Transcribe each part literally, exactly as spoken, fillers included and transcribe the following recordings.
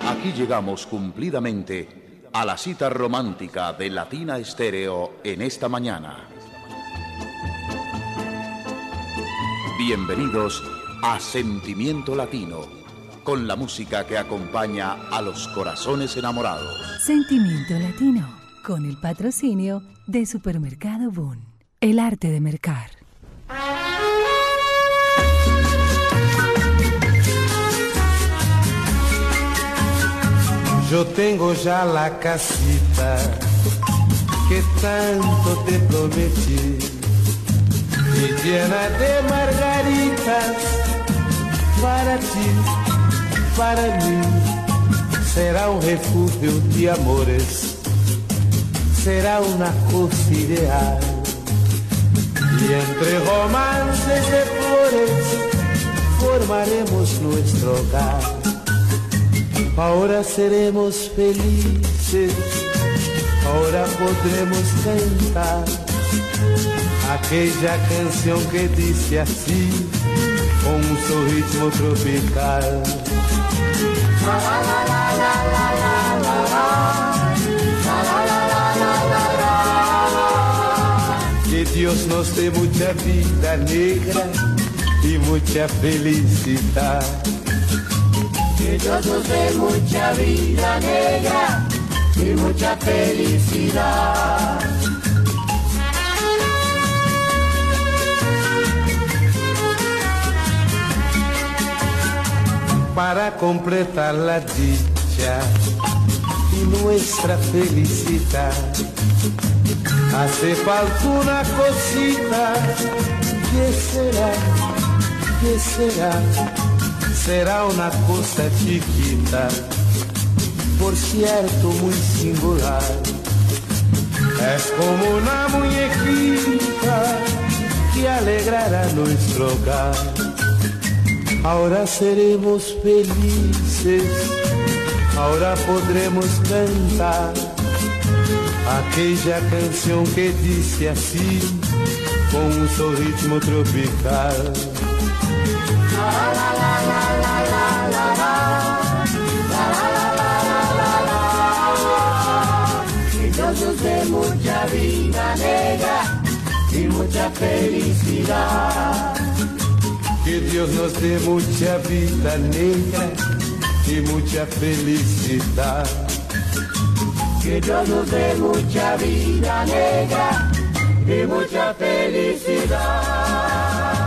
Aquí llegamos cumplidamente a la cita romántica de Latina Estéreo en esta mañana. Bienvenidos a Sentimiento Latino, con la música que acompaña a los corazones enamorados. Sentimiento Latino, con el patrocinio de Supermercado Boon, el arte de mercar. Yo tengo ya la casita que tanto te prometí, y llena de margaritas para ti, para mí. Será un refugio de amores, será una cosa ideal, y entre romances de flores formaremos nuestro hogar. Ahora seremos felices, ahora podremos cantar aquella canción que dice así, con un ritmo tropical. La, la, la, la, la, la, la, la, la, la, la, la, la. Que Dios nos dé mucha vida negra y mucha felicidad. Que Dios nos dé mucha vida negra y mucha felicidad. Para completar la dicha y nuestra felicidad, hace falta una cosita. ¿Qué será? ¿Qué será? Será una cosa chiquita, por cierto muy singular. Es como una muñequita que alegrará nuestro hogar. Ahora seremos felices, ahora podremos cantar aquella canción que dice así, con un solo ritmo tropical. La, la, la, la, la, la, la, la. La, la, la, la, la, la, la. Que Dios nos dé mucha vida negra y mucha felicidad. Que Dios nos dé mucha vida negra y mucha felicidad. Que Dios nos dé mucha vida negra y mucha felicidad.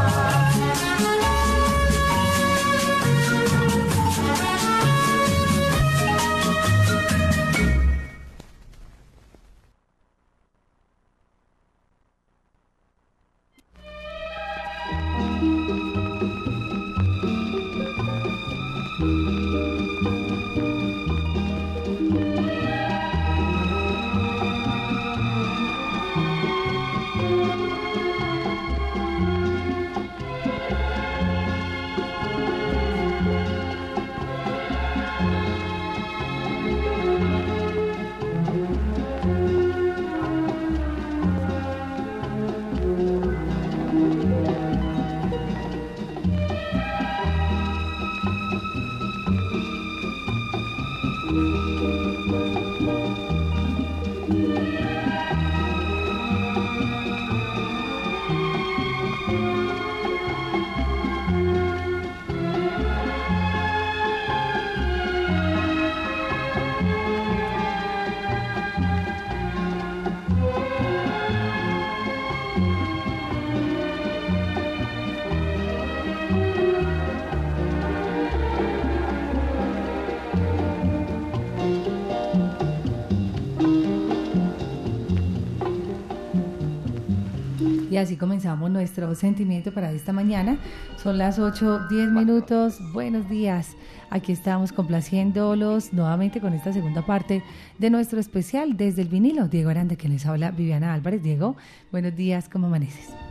Y así comenzamos nuestro sentimiento para esta mañana. Son las ocho, diez minutos. Buenos días. Aquí estamos complaciéndolos nuevamente con esta segunda parte de nuestro especial desde el vinilo. Diego Aranda, que les habla, Viviana Álvarez. Diego, buenos días, ¿cómo amaneces?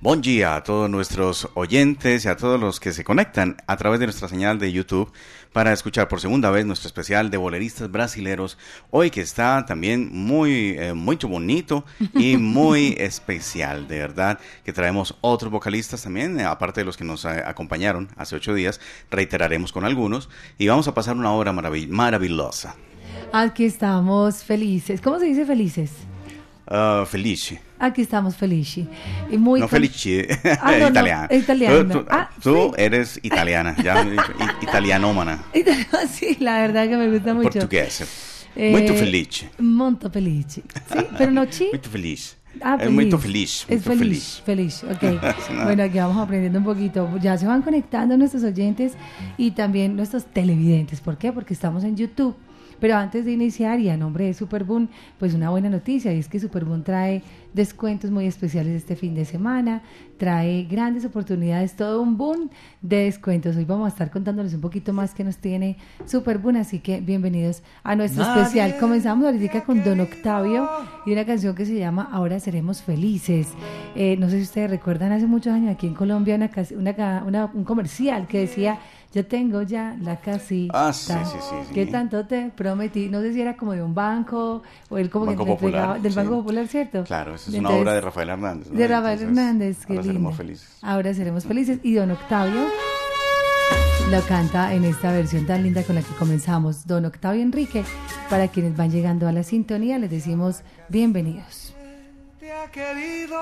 Bon día a todos nuestros oyentes y a todos los que se conectan a través de nuestra señal de YouTube para escuchar por segunda vez nuestro especial de boleristas brasileros, hoy que está también muy, eh, muy bonito y muy especial, de verdad, que traemos otros vocalistas también, eh, aparte de los que nos eh, acompañaron hace ocho días, reiteraremos con algunos y vamos a pasar una hora marav- maravillosa. Aquí estamos felices. ¿Cómo se dice felices? Uh, felice. Aquí estamos felici. Y muy no, con... felici, ah, no, italiana. No, italiana. Tú, tú, ah, tú sí. eres italiana, ya, italianómana. Sí, la verdad que me gusta mucho. Portuguesa. Eh, Muito felice. Molto felice. Sí, pero no chi. Muito feliz. Ah, es muy feliz. Es muy feliz, feliz, feliz. Ok. No. Bueno, aquí vamos aprendiendo un poquito. Ya se van conectando nuestros oyentes y también nuestros televidentes. ¿Por qué? Porque estamos en YouTube. Pero antes de iniciar, y a nombre de Superboom, pues una buena noticia, y es que Superboom trae descuentos muy especiales este fin de semana, trae grandes oportunidades, todo un boom de descuentos. Hoy vamos a estar contándoles un poquito más que nos tiene Superboom, así que bienvenidos a nuestro Nadie especial. Comenzamos ahorita con Don Octavio y una canción que se llama Ahora Seremos Felices. Eh, no sé si ustedes recuerdan, hace muchos años aquí en Colombia una, una, una, un comercial que decía... Yo tengo ya la casita ah, sí, sí, sí, sí. que tanto te prometí. No sé si era como de un banco o él como banco que te Popular, entregaba del sí. Banco Popular, ¿cierto? Claro, esa es Entonces, una obra de Rafael Hernández, ¿no? De Rafael Entonces, Hernández, qué ahora linda. seremos felices. Ahora seremos felices. Y Don Octavio lo canta en esta versión tan linda con la que comenzamos. Don Octavio Enrique, para quienes van llegando a la sintonía, les decimos bienvenidos. Te ha querido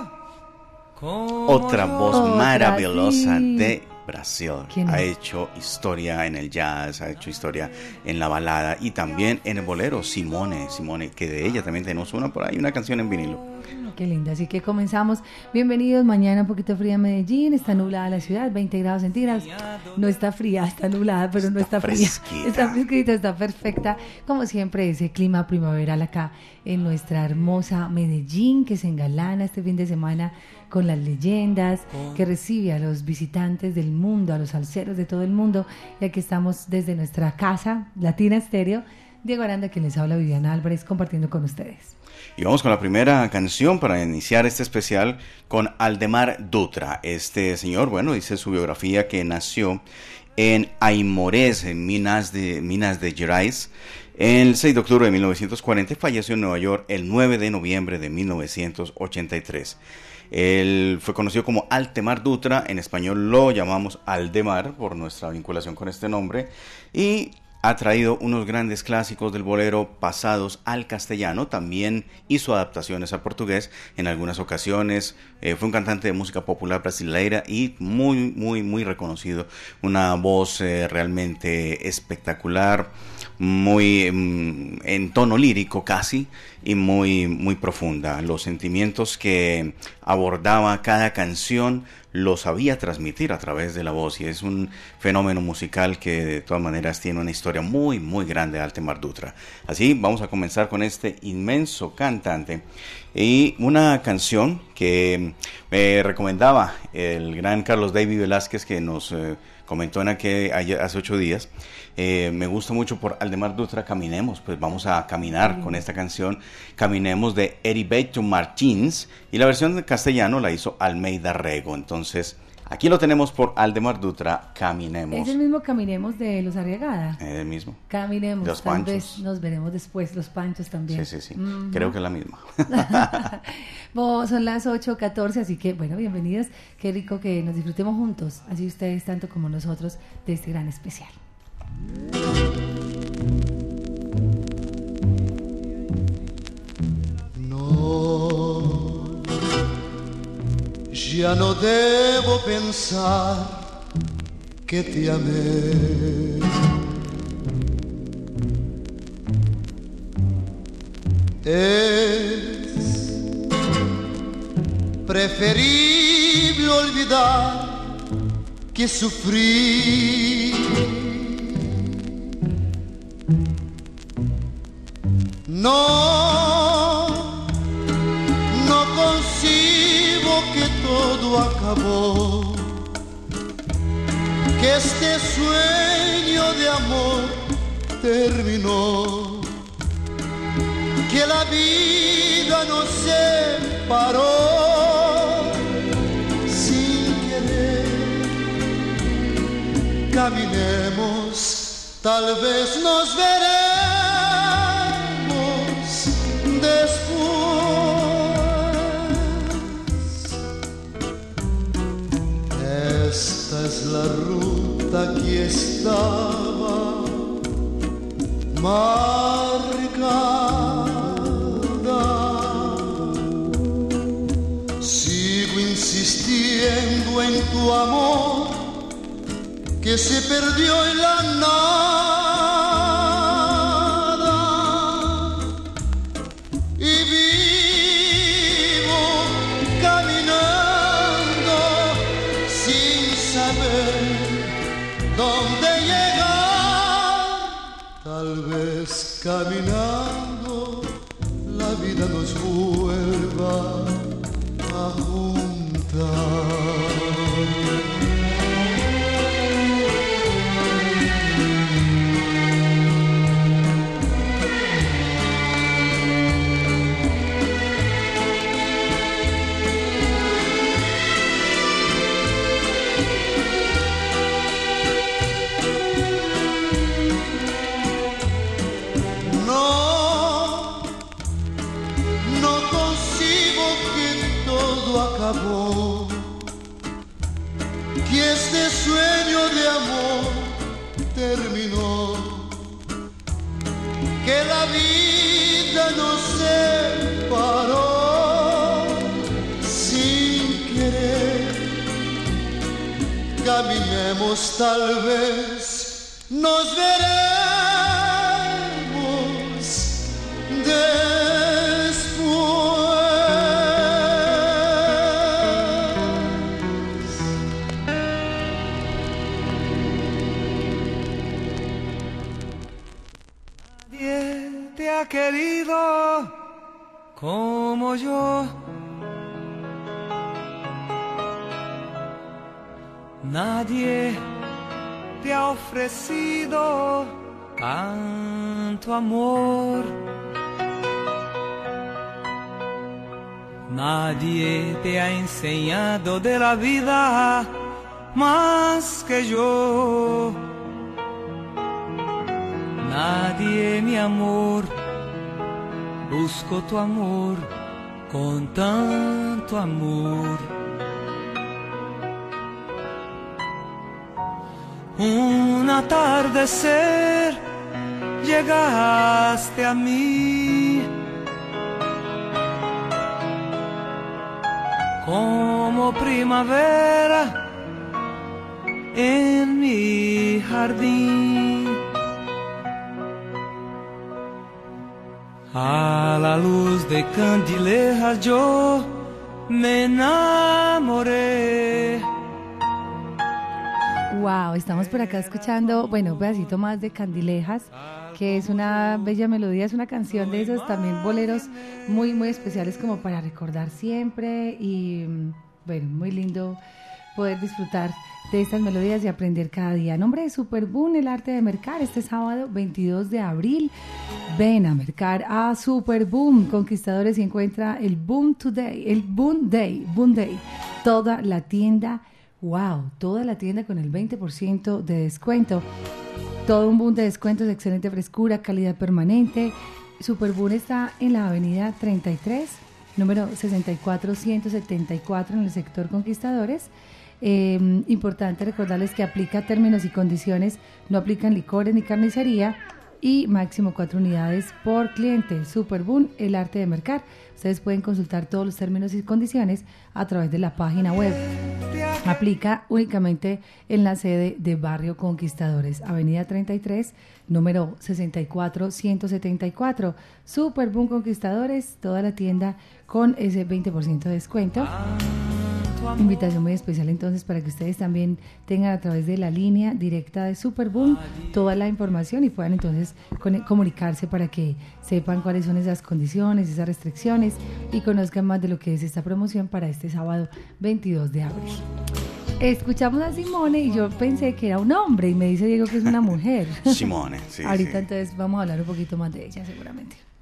Otra voz Otra, maravillosa sí. de Brasil. ¿Quién Ha es? hecho historia en el jazz, ha hecho historia en la balada y también en el bolero. Simone, Simone, que de ella también tenemos una por ahí, una canción en vinilo. Qué linda, así que comenzamos. Bienvenidos, mañana un poquito fría en Medellín, está nublada la ciudad, veinte grados centígrados. No está fría, está nublada, pero no está, Está fría. fresquita. Está fresquita, está perfecta. Como siempre, ese clima primaveral acá en nuestra hermosa Medellín, que se engalana este fin de semana con las leyendas, que recibe a los visitantes del mundo, a los salseros de todo el mundo. Y aquí estamos desde nuestra casa, Latina Estéreo. Diego Aranda, quien les habla, Viviana Álvarez, compartiendo con ustedes. Y vamos con la primera canción para iniciar este especial con Aldemar Dutra. Este señor, bueno, dice su biografía que nació en Aimorés, en Minas de, Minas de Gerais, el seis de octubre de mil novecientos cuarenta y falleció en Nueva York el nueve de noviembre de mil novecientos ochenta y tres. Él fue conocido como Aldemar Dutra, en español lo llamamos Aldemar por nuestra vinculación con este nombre, y ha traído unos grandes clásicos del bolero pasados al castellano, también hizo adaptaciones al portugués en algunas ocasiones, eh, fue un cantante de música popular brasileira y muy, muy, muy reconocido, una voz eh, realmente espectacular, muy mm, en tono lírico casi y muy, muy profunda. Los sentimientos que abordaba cada canción lo sabía transmitir a través de la voz y es un fenómeno musical que de todas maneras tiene una historia muy muy grande, Aldemar Dutra. Así vamos a comenzar con este inmenso cantante y una canción que me recomendaba el gran Carlos David Velázquez, que nos eh, comentó en aquel, ayer, hace ocho días. Eh, me gusta mucho por Aldemar Dutra, Caminemos, pues vamos a caminar sí. con esta canción, Caminemos de Heriberto Martins, y la versión de castellano la hizo Almeida Rego. Entonces, aquí lo tenemos por Aldemar Dutra, Caminemos. ¿Es el mismo Caminemos de Los Arriagada? Es el mismo. Caminemos, Los tal Panchos. vez nos veremos después, Los Panchos también. Sí, sí, sí, mm-hmm. creo que es la misma. Bueno, son las ocho catorce, así que, bueno, bienvenidos. Qué rico que nos disfrutemos juntos, así ustedes tanto como nosotros, de este gran especial. No, ya no debo pensar que te amé. Es preferible olvidar que sufrir. No, no concibo que todo acabó, que este sueño de amor terminó, que la vida nos separó. caminemos, tal vez nos veremos después. Esta es la ruta que estaba marcada. Sigo insistiendo en tu amor que se perdió en la nada, y vivo caminando sin saber dónde llegar. Tal vez caminando la vida nos vuelva a juntar. Que este sueño de amor terminó, que la vida nos separó sin querer. Caminemos, tal vez nos veremos después. Querido como yo, nadie te ha ofrecido tanto amor, nadie te ha enseñado de la vida más que yo, nadie, mi amor, busco tu amor con tanto amor. Un atardecer llegaste a mí, como primavera en mi jardín. A la luz de candilejas yo me enamoré. Wow, estamos por acá escuchando, bueno, un pedacito más de Candilejas, que es una bella melodía, es una canción de esos también boleros muy, muy especiales como para recordar siempre y, bueno, muy lindo poder disfrutar de estas melodías y aprender cada día. A nombre de Superboom, el arte de mercar, este sábado veintidós de abril, ven a mercar a Superboom Conquistadores y encuentra el Boom Today, el Boom Day, Boom Day, toda la tienda, wow, toda la tienda con el veinte por ciento de descuento, todo un boom de descuentos, excelente frescura, calidad permanente. Superboom está en la avenida treinta y tres, número sesenta y cuatro ciento setenta y cuatro en el sector Conquistadores. Eh, importante recordarles que aplica términos y condiciones, no aplican licores ni carnicería y máximo cuatro unidades por cliente. Superboom, el arte de mercar. Ustedes pueden consultar todos los términos y condiciones a través de la página web. Aplica únicamente en la sede de Barrio Conquistadores, avenida treinta y tres, número sesenta y cuatro ciento setenta y cuatro. Superboom Conquistadores, toda la tienda con ese veinte por ciento de descuento. Invitación muy especial entonces para que ustedes también tengan a través de la línea directa de Superboom toda la información y puedan entonces con, comunicarse para que sepan cuáles son esas condiciones, esas restricciones y conozcan más de lo que es esta promoción para este sábado veintidós de abril. Escuchamos a Simone y yo pensé que era un hombre y me dice Diego que es una mujer. Simone, sí. Ahorita sí. Entonces vamos a hablar un poquito más de ella seguramente.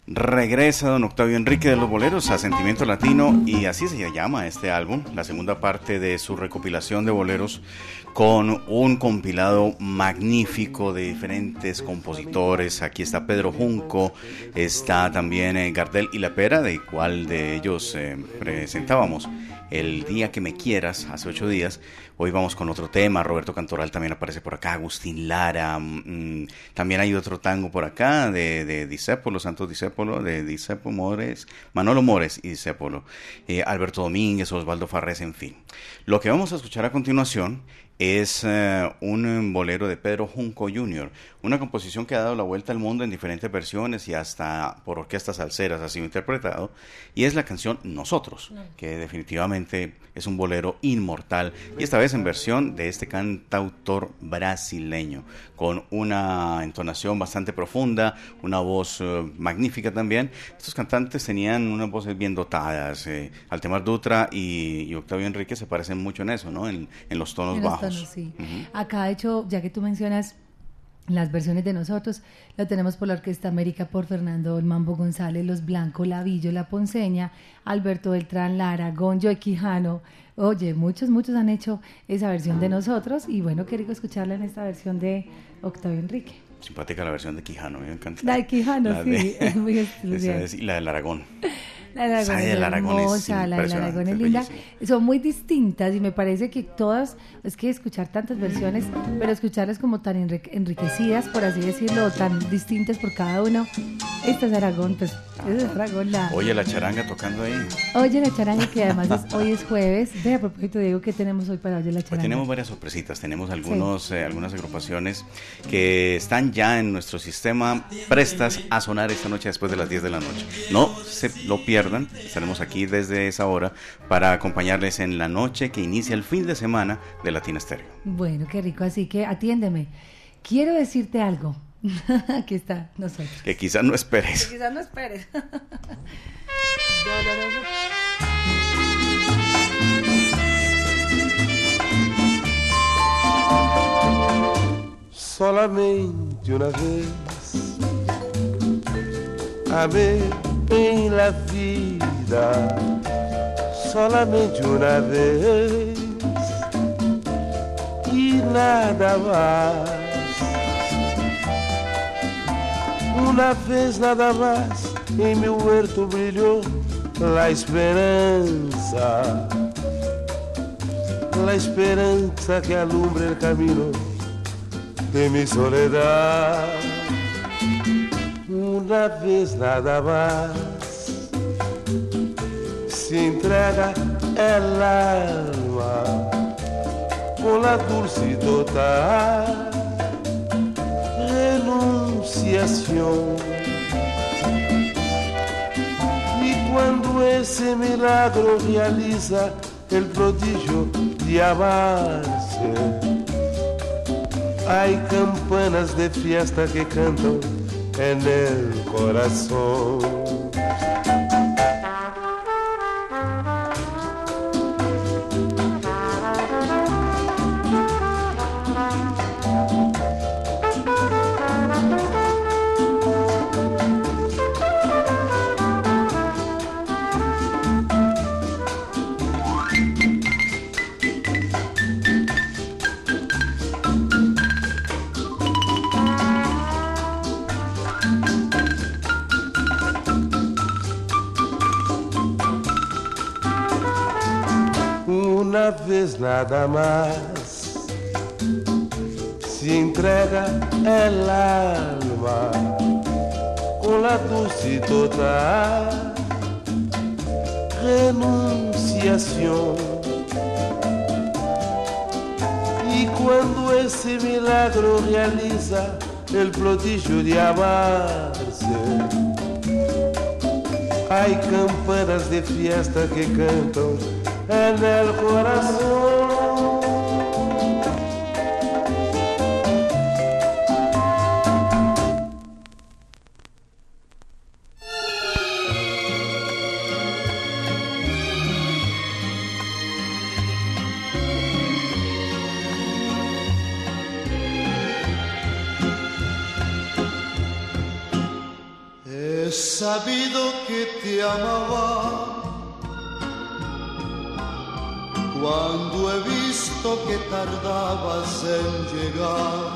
Regresa don Octavio Enrique de los Boleros a Sentimiento Latino, y así se llama este álbum, la segunda parte de su recopilación de boleros, con un compilado magnífico de diferentes compositores. Aquí está Pedro Junco, está también eh, Gardel y La Pera, de cual de ellos eh, presentábamos El Día que Me Quieras hace ocho días. Hoy vamos con otro tema. Roberto Cantoral también aparece por acá, Agustín Lara, mmm, también hay otro tango por acá de, de Discépolo, Santos Discépolo, de Discépolo Mores, Manolo Mores y Discépolo, eh, Alberto Domínguez, Osvaldo Farrés, en fin. Lo que vamos a escuchar a continuación es uh, un bolero de Pedro Junco junior, una composición que ha dado la vuelta al mundo en diferentes versiones y hasta por orquestas salseras ha sido interpretado, y es la canción Nosotros, que definitivamente es un bolero inmortal, y esta vez en versión de este cantautor brasileño, con una entonación bastante profunda, una voz uh, magnífica también. Estos cantantes tenían unas voces bien dotadas, eh, Aldemar Dutra y, y Octavio Enrique se parecen mucho en eso, ¿no? En, en los tonos en los bajos. Tonos, sí. Uh-huh. Acá, de hecho, ya que tú mencionas las versiones de Nosotros, lo tenemos por la Orquesta América, por Fernando El Mambo González, Los Blanco, Lavillo, La Ponceña, Alberto Beltrán Lara, Gonjo de Quijano. Oye, muchos, muchos han hecho esa versión de Nosotros, y bueno, qué rico escucharla en esta versión de Octavio Enrique. Simpática la versión de Quijano, me encanta. La de Quijano, la sí, de, es muy especial. Es, y la del Aragón. La de Aragón es hermosa, la de Aragón es linda. Son muy distintas, y me parece que todas, es que escuchar tantas versiones, pero escucharlas como tan enriquecidas, por así decirlo, tan distintas por cada uno. Esta es Aragón, pues, ah, es Aragón la... Oye, la charanga tocando ahí. Oye, la charanga, que además es, hoy es jueves. Ve, a propósito, Diego, ¿qué tenemos hoy para Oye la charanga? Hoy tenemos varias sorpresitas, tenemos algunos, sí. eh, algunas agrupaciones que están ya en nuestro sistema prestas a sonar esta noche después de las diez de la noche. No se lo pierdan. Estaremos aquí desde esa hora para acompañarles en la noche que inicia el fin de semana de Latina Stereo. Bueno, qué rico, así que atiéndeme. Quiero decirte algo. Aquí está, nosotros. Que quizás no esperes. Que quizás no esperes. Solamente una vez amé en la vida, solamente una vez y nada más. Una vez nada más en mi huerto brilló la esperanza, la esperanza que alumbra el camino de mi soledad. Una vez nada más se entrega el alma con la dulce y total renunciación. Y cuando ese milagro realiza el prodigio de amarse, hay campanas de fiesta que cantan en el corazón. Una vez nada más se entrega el alma con la dulce y total renunciación. Y cuando ese milagro realiza el prodigio de amarse, hay campanas de fiesta que cantan en el corazón. Esa sabido que te amaba cuando he visto que tardabas en llegar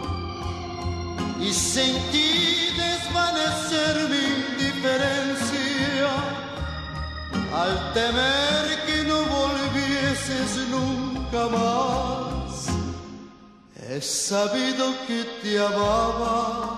y sentí desvanecer mi indiferencia al temer que no volvieses nunca más. He sabido que te amaba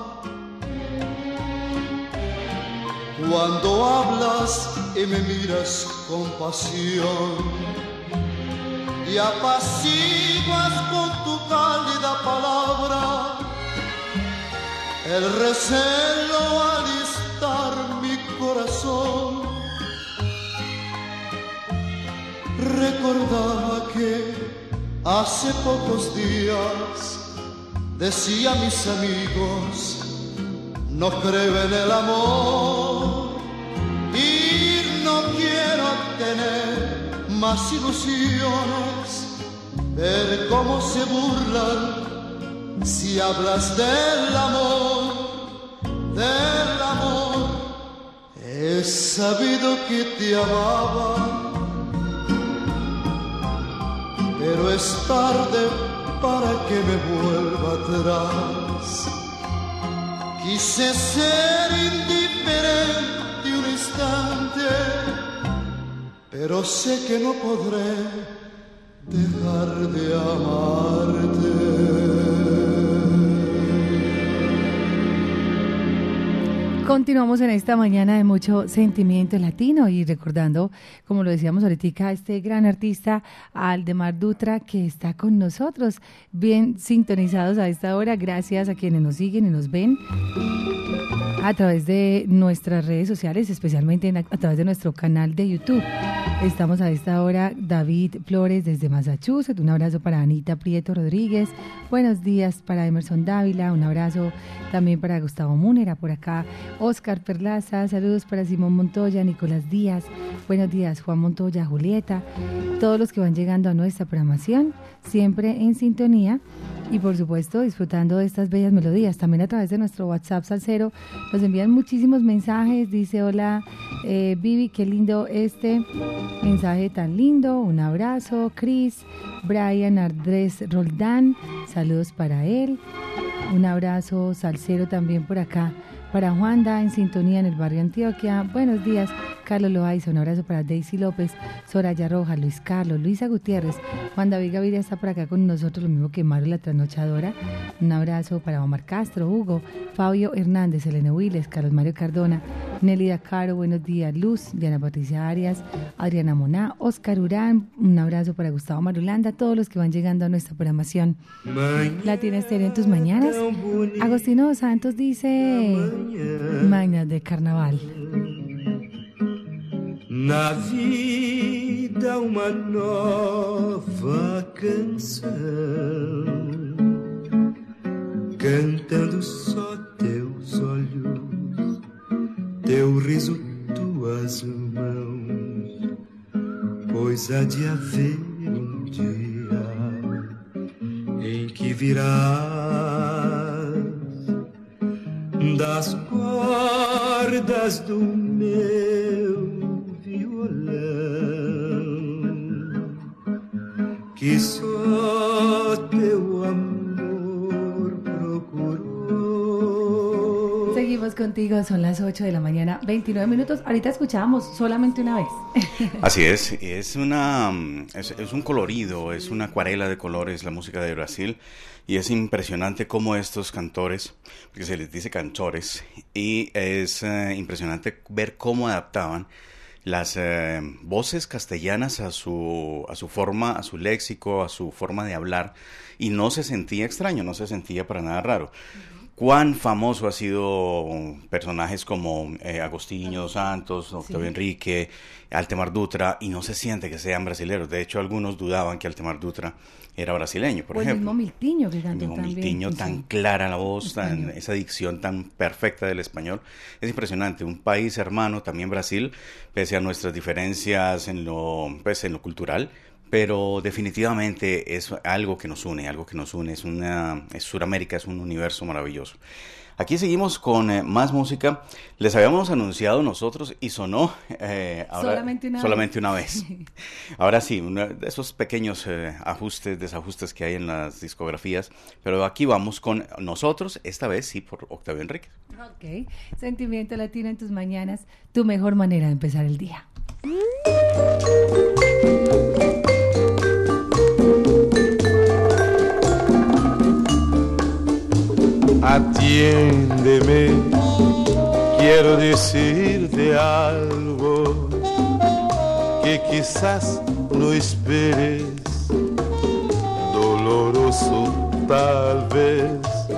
cuando hablas y me miras con pasión y apaciguas con tu cálida palabra el recelo al alistar mi corazón. Recordaba que hace pocos días decía a mis amigos: no creo en el amor y no quiero tener más ilusiones. Ver cómo se burlan si hablas del amor, del amor. He sabido que te amaba, pero es tarde para que me vuelva atrás. Quise ser indiferente un instante, pero sé que no podré dejar de amarte. Continuamos en esta mañana de mucho sentimiento latino y recordando, como lo decíamos ahorita, a este gran artista Aldemar Dutra que está con nosotros, bien sintonizados a esta hora, gracias a quienes nos siguen y nos ven a través de nuestras redes sociales, especialmente en, a través de nuestro canal de YouTube. Estamos a esta hora David Flores desde Massachusetts, un abrazo para Anita Prieto Rodríguez, buenos días para Emerson Dávila, un abrazo también para Gustavo Múnera por acá, Oscar Perlaza, saludos para Simón Montoya, Nicolás Díaz, buenos días Juan Montoya, Julieta, todos los que van llegando a nuestra programación, siempre en sintonía y por supuesto disfrutando de estas bellas melodías, también a través de nuestro WhatsApp Salsero, nos envían muchísimos mensajes, dice hola eh, Vivi, qué lindo este mensaje tan lindo, un abrazo, Cris, Brian Andrés Roldán, saludos para él, un abrazo Salsero también por acá, para Juanda en sintonía en el barrio Antioquia, buenos días Carlos Loaiza, un abrazo para Daisy López, Soraya Rojas, Luis Carlos, Luisa Gutiérrez, Juan David Gaviria está por acá con nosotros, lo mismo que Mario la Trasnochadora, un abrazo para Omar Castro, Hugo, Fabio Hernández, Elena Wiles, Carlos Mario Cardona, Nelida Caro, buenos días, Luz, Diana Patricia Arias, Adriana Moná, Oscar Urán, un abrazo para Gustavo Marulanda, todos los que van llegando a nuestra programación Latina Estéreo en tus mañanas. Agostino Santos dice mañana de carnaval. Na vida uma nova canção, cantando só teus olhos, teu riso, tuas mãos, pois há de haver um dia em que virás das cordas do meu que só teu amor procuró. Seguimos contigo, son las ocho de la mañana, veintinueve minutos. Ahorita escuchábamos solamente una vez. Así es, es una es, es un colorido, es una acuarela de colores la música de Brasil y es impresionante cómo estos cantores, porque se les dice cantores, y es eh, impresionante ver cómo adaptaban las eh, voces castellanas a su, a su forma, a su léxico, a su forma de hablar, y no se sentía extraño, no se sentía para nada raro. Uh-huh. Cuán famoso ha sido personajes como eh, Agostinho dos Santos, Octavio sí. Enrique, Aldemar Dutra, y no se siente que sean brasileños. De hecho, algunos dudaban que Aldemar Dutra era brasileño, por o ejemplo. El mismo Miltiño, que cantó el mismo también. Miltiño, Sí. tan clara la voz, tan, esa dicción tan perfecta del español. Es impresionante. Un país hermano, también Brasil, pese a nuestras diferencias en lo, pues, en lo cultural, pero definitivamente es algo que nos une, algo que nos une, es una, es Sudamérica es un universo maravilloso. Aquí seguimos con eh, más música. Les habíamos anunciado nosotros y sonó eh, ahora, solamente una solamente vez. Una vez. Ahora sí, una de esos pequeños eh, ajustes, desajustes que hay en las discografías. Pero aquí vamos con nosotros, esta vez sí por Octavio Enríquez. Ok, Sentimiento Latino en tus mañanas, tu mejor manera de empezar el día. Atiéndeme, quiero decirte algo que quizás no esperes, doloroso tal vez.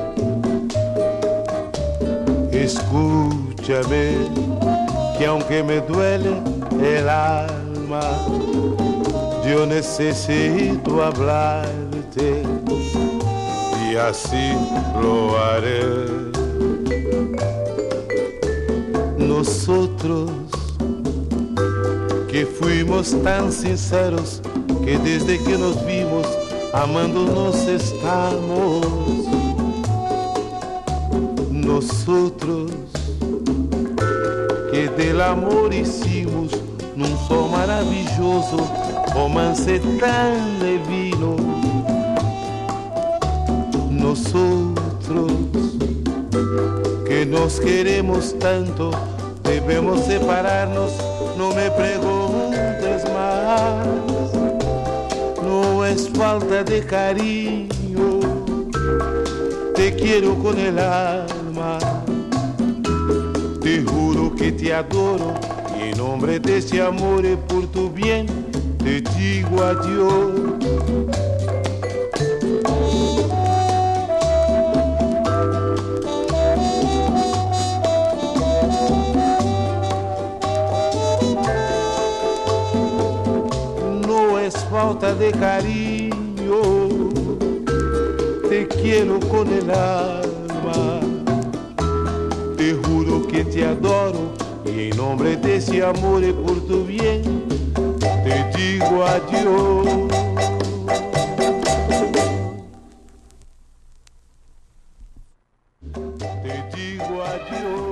Escúchame, que aunque me duele el alma, yo necesito hablarte. Y así lo haré. Nosotros que fuimos tan sinceros, que desde que nos vimos amándonos estamos. Nosotros que del amor hicimos un sol maravilloso, romance tan divino. Nosotros que nos queremos tanto, debemos separarnos, no me preguntes más. No es falta de cariño, te quiero con el alma. Te juro que te adoro y en nombre de ese amor y por tu bien te digo adiós. Falta de cariño, te quiero con el alma. Te juro que te adoro y en nombre de ese amor y por tu bien te digo adiós. Te digo adiós.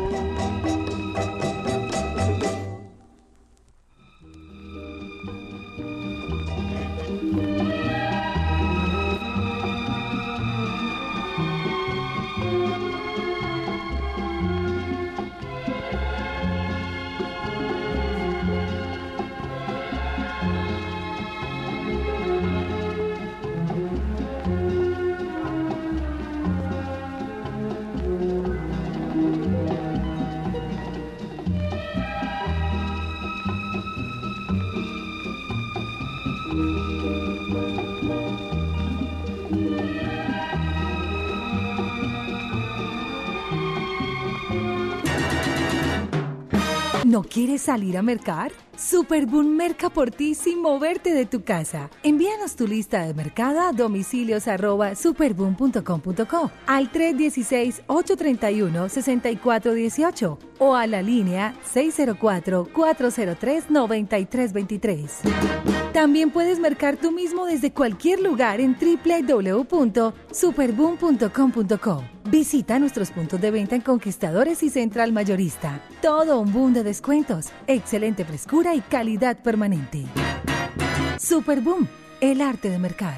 ¿No quieres salir a mercar? Superboom merca por ti sin moverte de tu casa. Envíanos tu lista de mercado a domicilios arroba superboom punto com punto co al tres uno seis, ocho tres uno, seis cuatro uno ocho o a la línea seis cero cuatro, cuatro cero tres, nueve tres dos tres. También puedes mercar tú mismo desde cualquier lugar en doble u doble u doble u punto superboom punto com punto co. Visita nuestros puntos de venta en Conquistadores y Central Mayorista. Todo un boom de descuentos, excelente frescura y calidad permanente. Superboom, el arte de mercar.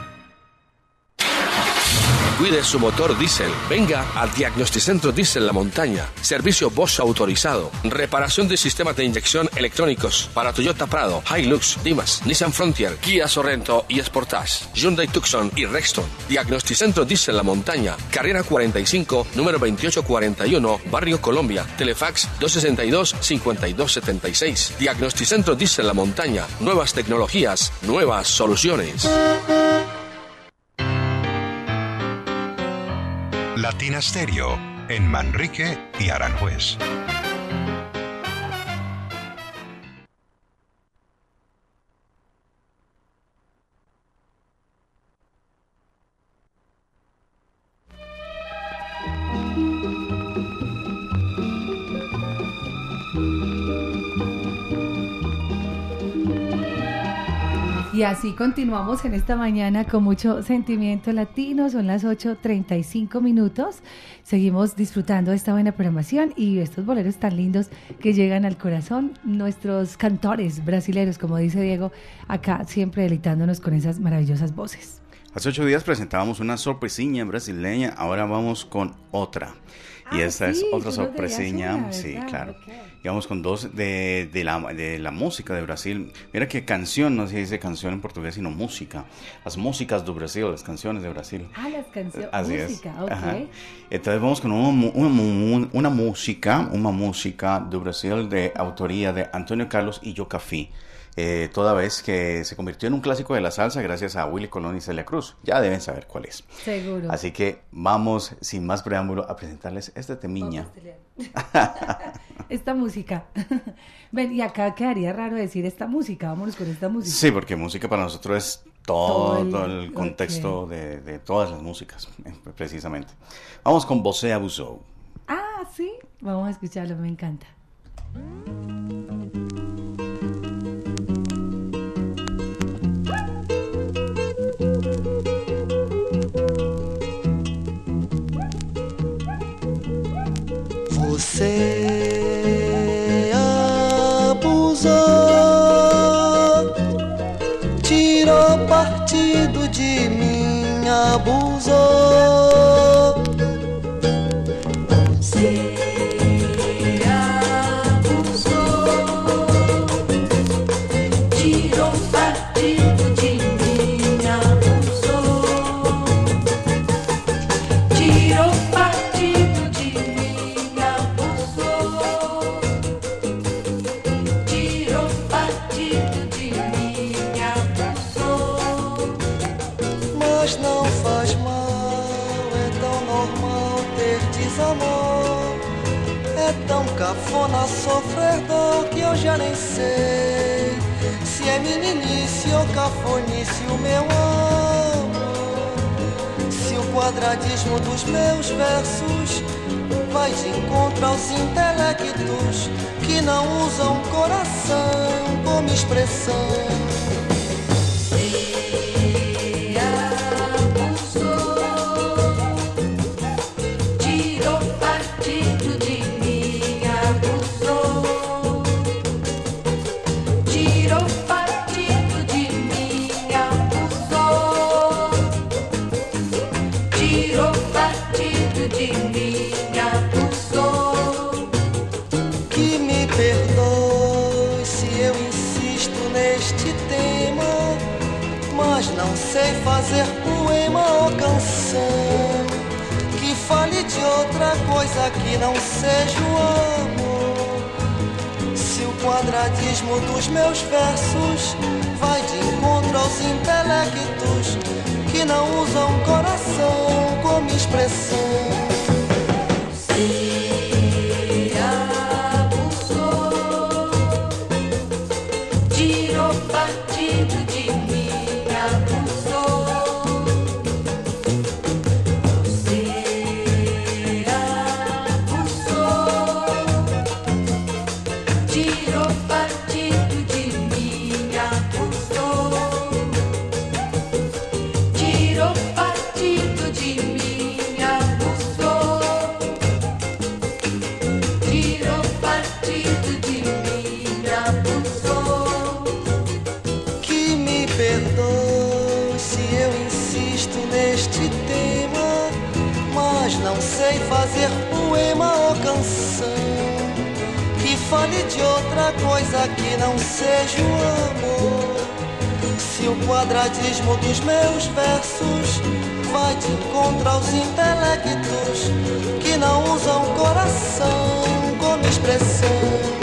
Cuide su motor diésel. Venga al Diagnosticentro Diesel La Montaña. Servicio Bosch autorizado. Reparación de sistemas de inyección electrónicos para Toyota Prado, Hilux, Dimas, Nissan Frontier, Kia Sorrento y Sportage, Hyundai Tucson y Rexton. Diagnosticentro Diesel La Montaña. Carrera cuarenta y cinco, número veintiocho cuarenta y uno, Barrio Colombia. Telefax dos sesenta y dos, cincuenta y dos setenta y seis. Diagnosticentro Diesel La Montaña. Nuevas tecnologías, nuevas soluciones. Latina Stereo, en Manrique y Aranjuez. Y Y así continuamos en esta mañana con mucho sentimiento latino. Son las ocho treinta y cinco minutos. Seguimos disfrutando de esta buena programación y estos boleros tan lindos que llegan al corazón. Nuestros cantores brasileños, como dice Diego, acá siempre deleitándonos con esas maravillosas voces. Hace ocho días presentábamos una sorpresiña brasileña, ahora vamos con otra. Y ah, esta sí, es otra sorpresiña, una, sí, claro. Okay. Y vamos con dos de, de, la, de la música de Brasil. Mira que canción, no se dice canción en portugués, sino música. Las músicas do Brasil, las canciones de Brasil. Ah, las canciones, así música, es. ok. Ajá. Entonces vamos con una, una, una música, una música de Brasil de autoría de Antonio Carlos y Yocafí. Eh, toda vez que se convirtió en un clásico de la salsa gracias a Willy Colón y Celia Cruz. Ya deben saber cuál es. Seguro. Así que vamos, sin más preámbulo, a presentarles este temiña. Esta música. Ven, y acá quedaría raro decir esta música. Vámonos con esta música. Sí, porque música para nosotros es todo, todo el, el contexto okay. de, de todas las músicas, precisamente. Vamos con Você Abusou. Ah, sí. Vamos a escucharlo, me encanta. Você abusou, tirou partido de mim, abusou. Você abusou, tirou partido de mim, abusou. Tirou partido de mim. Mas não faz mal, é tão normal ter desamor. É tão cafona sofrer dor que eu já nem sei se é meninice ou cafonice o meu amor. Se o quadradismo dos meus versos vai de encontro aos intelectos que não usam coração como expressão. Não sei fazer poema ou canção que fale de outra coisa que não seja o amor. Se o quadradismo dos meus versos vai de encontro aos intelectos que não usam coração como expressão. Se abusou, tirou partido de mim. Fazer poema ou canção que fale de outra coisa que não seja o amor. Se o quadradismo dos meus versos vai de encontro aos intelectos que não usam coração como expressão.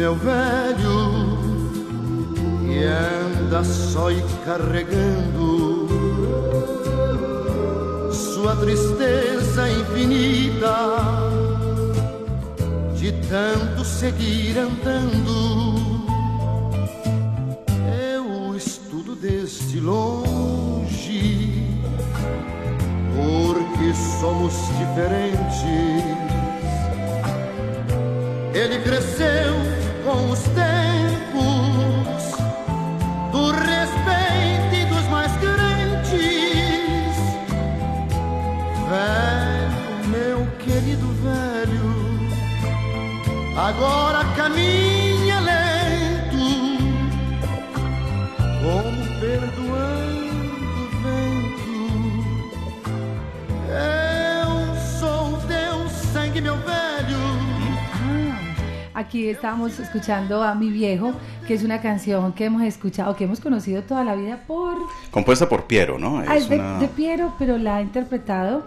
meu velho que anda só e carregando sua tristeza infinita de tanto seguir andando. Eu estudo desde longe porque somos diferentes. Ele cresceu com os tempos do respeito e dos mais grandes. Velho, meu querido velho, agora caminha lento, como perdoando o vento. Eu sou teu sangue, meu velho. Aquí estamos escuchando a Mi Viejo, que es una canción que hemos escuchado, que hemos conocido toda la vida por... Compuesta por Piero, ¿no? Ah, es, es de, una... de Piero, pero la ha interpretado...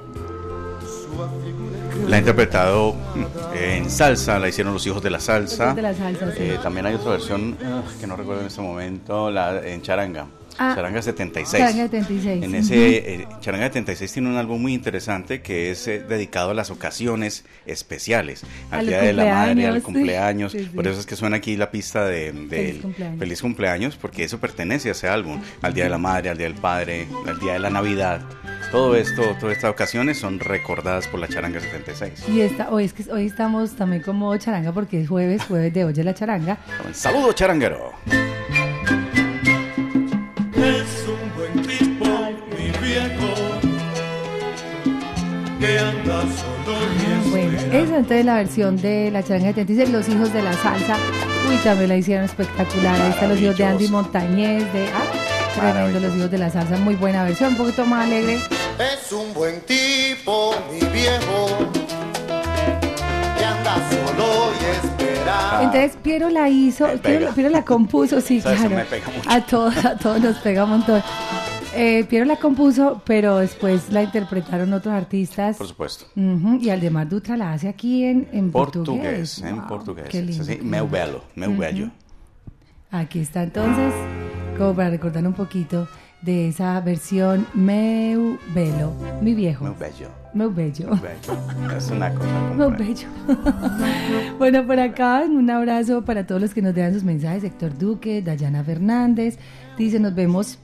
La ha interpretado en salsa, la hicieron los Hijos de la Salsa. De la salsa, sí. eh, también hay otra versión uh, que no recuerdo en este momento, la en charanga. Ah, Charanga setenta y seis. Charanga setenta y seis. En ese uh-huh. eh, Charanga setenta y seis tiene un álbum muy interesante que es eh, dedicado a las ocasiones especiales, al Día de la Madre, al cumpleaños. Sí, sí. Por eso es que suena aquí la pista de, de Feliz el, cumpleaños. Feliz cumpleaños, porque eso pertenece a ese álbum, al Día de la Madre, al Día del Padre, al Día de la Navidad. Todo esto, todas estas ocasiones son recordadas por la Charanga setenta y seis. Y esta, hoy, es que, hoy estamos también como charanga porque es jueves, jueves de Oye la Charanga. ¡Saludo, charanguero! Es un buen tipo, mi viejo, que anda solo y Bueno, esa entonces la versión de la Charanga setenta y seis, Los Hijos de la Salsa. Uy, también la hicieron espectacular. Ahí están los hijos de Andy Montañez, de... Ah, tremendo, Los Hijos de la Salsa, muy buena versión, un poquito más alegre. Es un buen tipo, mi viejo, que anda solo y espera. Entonces Piero la hizo, Piero, Piero la compuso, sí, claro. Me pega mucho. A todos, a todos nos pega un montón. Eh, Piero la compuso, pero después la interpretaron otros artistas. Por supuesto. Uh-huh, y Aldemar Dutra la hace aquí en, en portugués. portugués. En wow, portugués. Qué lindo. Sí, meu belo, meu uh-huh. bello. Aquí está entonces, como para recordar un poquito de esa versión Meu Belo, mi viejo. Meu bello. Meu bello. Meu bello. Es una cosa. Meu bello. Bueno, por acá un abrazo para todos los que nos dejan sus mensajes. Héctor Duque, Dayana Fernández, dice, nos vemos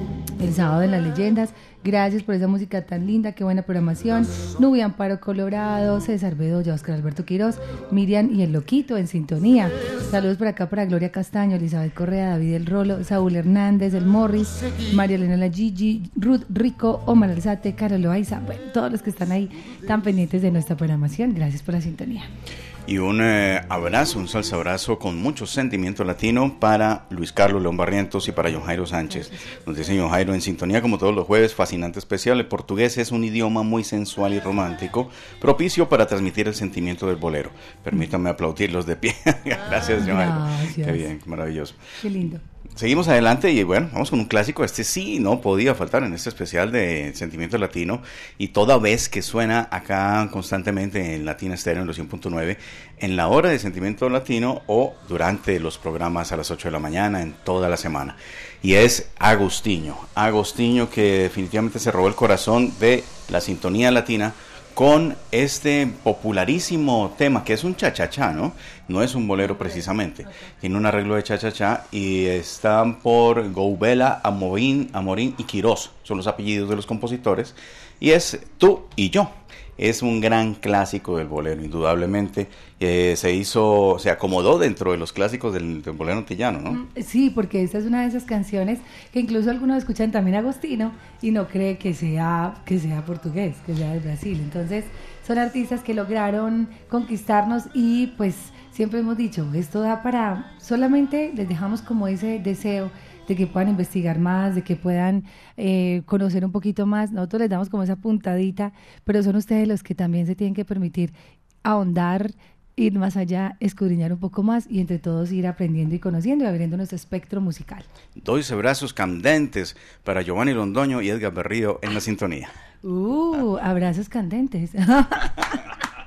el sábado en Las Leyendas. Gracias por esa música tan linda, qué buena programación. Nubia Amparo Colorado, César Bedoya, Oscar Alberto Quiroz, Miriam y el Loquito en sintonía. Saludos por acá para Gloria Castaño, Elizabeth Correa, David El Rolo, Saúl Hernández, El Morris, María Elena La Gigi, Ruth Rico, Omar Alzate, Carlos Loaiza. Bueno, todos los que están ahí tan pendientes de nuestra programación, gracias por la sintonía. Y un eh, abrazo, un salsa abrazo con mucho sentimiento latino para Luis Carlos León Barrientos y para John Jairo Sánchez. Nos dice John Jairo, en sintonía como todos los jueves, fascinante especial. El portugués es un idioma muy sensual y romántico, propicio para transmitir el sentimiento del bolero. Permítanme aplaudirlos de pie. Gracias, John Jairo. Gracias. Qué bien, qué maravilloso. Qué lindo. Seguimos adelante y bueno, vamos con un clásico. Este sí no podía faltar en este especial de Sentimiento Latino, y toda vez que suena acá constantemente en Latina Estéreo en los cien punto nueve, en la hora de Sentimiento Latino o durante los programas a las ocho de la mañana en toda la semana. Y es Agostinho. Agostinho, que definitivamente se robó el corazón de la sintonía latina con este popularísimo tema que es un cha-cha-cha, ¿no? No es un bolero precisamente, tiene un arreglo de cha-cha-cha y están por Goubela, Amorín, Amorín y Quirós, son los apellidos de los compositores, y es Tú y Yo. Es un gran clásico del bolero, indudablemente. Eh, se hizo, se acomodó dentro de los clásicos del, del bolero antillano, ¿no? Sí, porque esta es una de esas canciones que incluso algunos escuchan también Agostinho y no cree que sea, que sea portugués, que sea de Brasil. Entonces, son artistas que lograron conquistarnos y pues siempre hemos dicho, esto da para, solamente les dejamos como ese deseo de que puedan investigar más, de que puedan eh, conocer un poquito más. Nosotros les damos como esa puntadita, pero son ustedes los que también se tienen que permitir ahondar, ir más allá, escudriñar un poco más y entre todos ir aprendiendo y conociendo y abriendo nuestro espectro musical. Dois abrazos candentes para Giovanni Londoño y Edgar Berrío en la sintonía. Uh, abrazos candentes.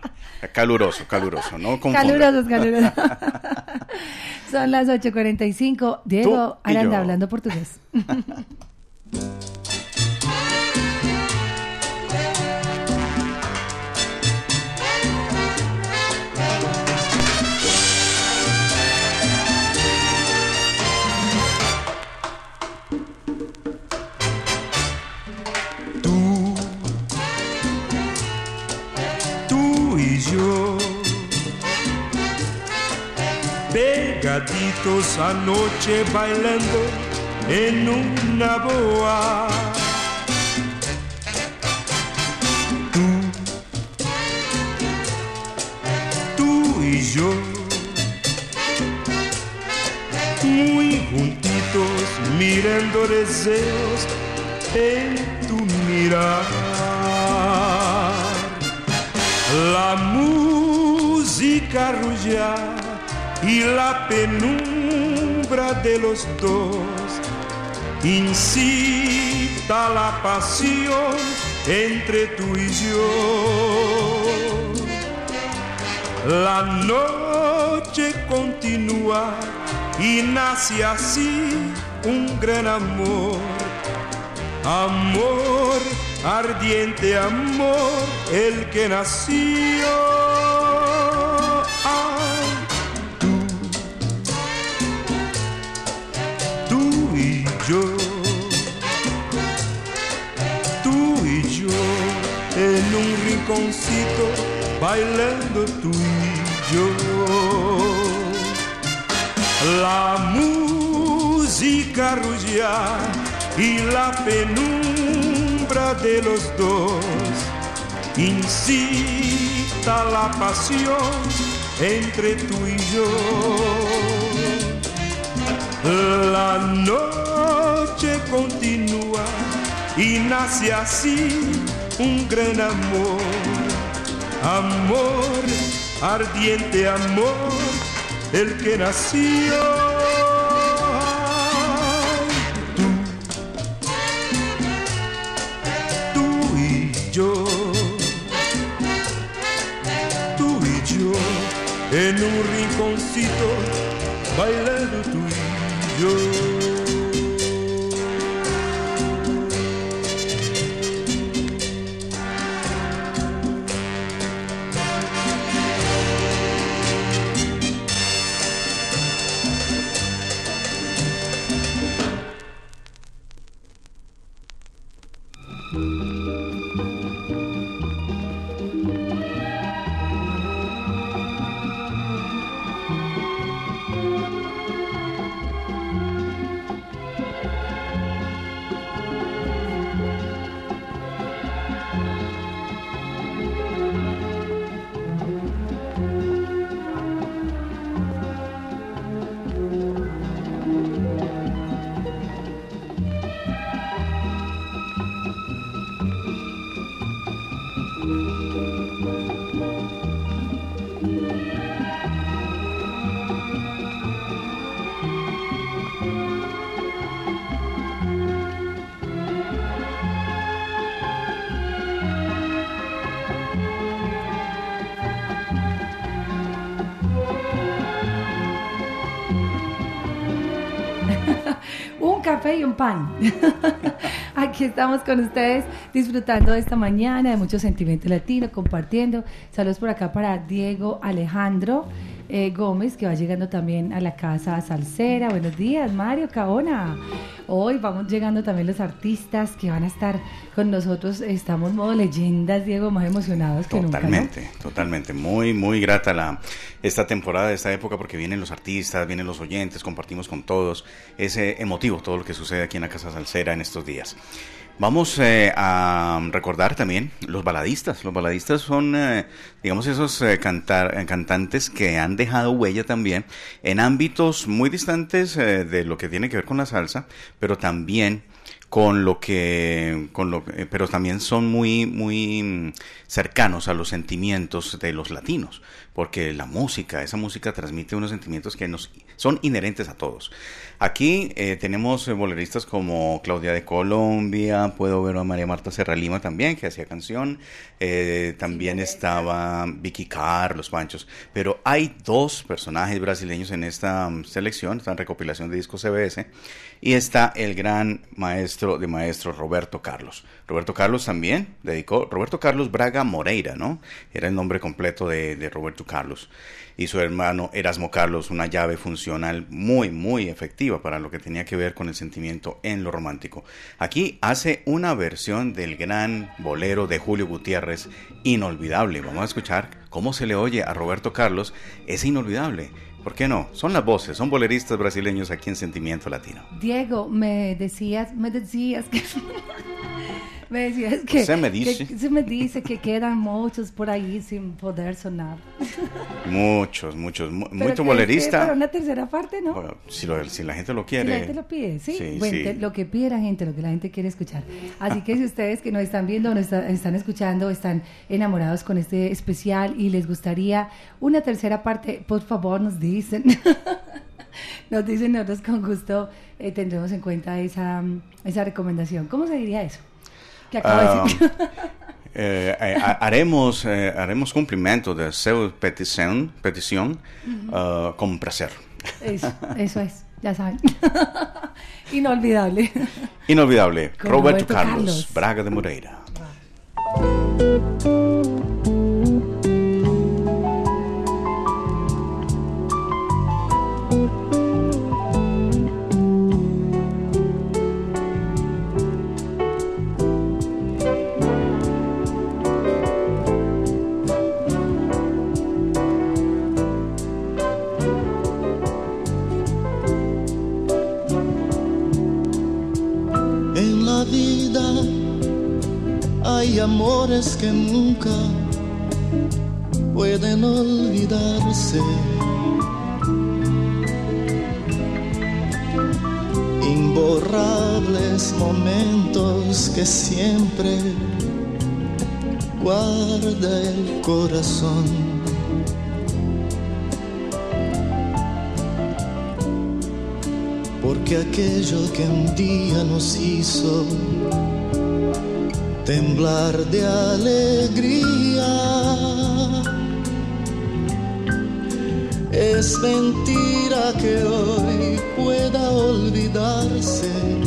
Caluroso, caluroso, ¿no? Confunda. Calurosos, calurosos. Son las ocho cuarenta y cinco. Diego Aranda hablando portugués. Pegaditos anoche bailando en una boa. Tú, tú y yo, muy juntitos mirando deseos en tu mirar. La música arrullar y la penumbra de los dos incita la pasión entre tú y yo. La noche continúa y nace así un gran amor, amor, ardiente amor, el que nació. Yo, tú y yo, en un rinconcito, bailando tú y yo. La música arrullar y la penumbra de los dos incita la pasión entre tú y yo. La noche continúa y nace así un gran amor, amor, ardiente amor, el que nació. Tú, tú y yo, tú y yo, en un rinconcito, bailando tú y yo. Café y un pan. Aquí estamos con ustedes disfrutando de esta mañana de mucho sentimiento latino, compartiendo. Saludos por acá para Diego Alejandro eh, Gómez, que va llegando también a la casa salsera. Buenos días, Mario Caona. Hoy vamos llegando también los artistas que van a estar con nosotros. Estamos modo leyendas, Diego, más emocionados que nunca, ¿no? Totalmente, totalmente. Muy, muy grata la, esta temporada, esta época, porque vienen los artistas, vienen los oyentes, compartimos con todos. Es eh, emotivo todo lo que sucede aquí en la Casa Salsera en estos días. Vamos eh, a recordar también los baladistas. Los baladistas son, eh, digamos, esos eh, cantar, eh, cantantes que han dejado huella también en ámbitos muy distantes eh, de lo que tiene que ver con la salsa, pero también con lo que, con lo, eh, pero también son muy, muy cercanos a los sentimientos de los latinos, porque la música, esa música transmite unos sentimientos que nos son inherentes a todos. Aquí eh, tenemos boleristas como Claudia de Colombia, puedo ver a María Marta Serralima también, que hacía canción, eh, también estaba Vicky Carr, Los Panchos, pero hay dos personajes brasileños en esta um, selección, esta recopilación de discos C B S, y está el gran maestro de maestros Roberto Carlos. Roberto Carlos también dedicó, Roberto Carlos Braga Moreira, ¿no? Era el nombre completo de, de Roberto Carlos. Y su hermano Erasmo Carlos, una llave funcional muy, muy efectiva para lo que tenía que ver con el sentimiento en lo romántico. Aquí hace una versión del gran bolero de Julio Gutiérrez, inolvidable. Vamos a escuchar cómo se le oye a Roberto Carlos, es inolvidable. ¿Por qué no? Son las voces, son boleristas brasileños aquí en Sentimiento Latino. Diego, me decías, me decías que... Me decías que se me dice que, se me dice que quedan muchos por ahí sin poder sonar. Muchos, muchos, mu mucho bolerista. Para una tercera parte, ¿no? Bueno, si, lo, si la gente lo quiere. Si la gente lo pide, sí. sí, bueno, sí. Te, lo que pide la gente, lo que la gente quiere escuchar. Así que si ustedes que nos están viendo, nos está, están escuchando, están enamorados con este especial y les gustaría una tercera parte, por favor nos dicen. Nos dicen, nosotros con gusto eh, tendremos en cuenta esa, esa recomendación. ¿Cómo se diría eso? Que acabo uh, de decir. eh, eh, haremos, eh, haremos cumplimento de su petición, petición uh-huh. uh, con placer. Eso, eso es, ya saben. Inolvidable. Inolvidable. Roberto, Roberto Carlos, Carlos, Braga de Moreira. Hay amores que nunca pueden olvidarse, imborrables momentos que siempre guarda el corazón. Porque aquello que un día nos hizo temblar de alegría es mentira que hoy pueda olvidarse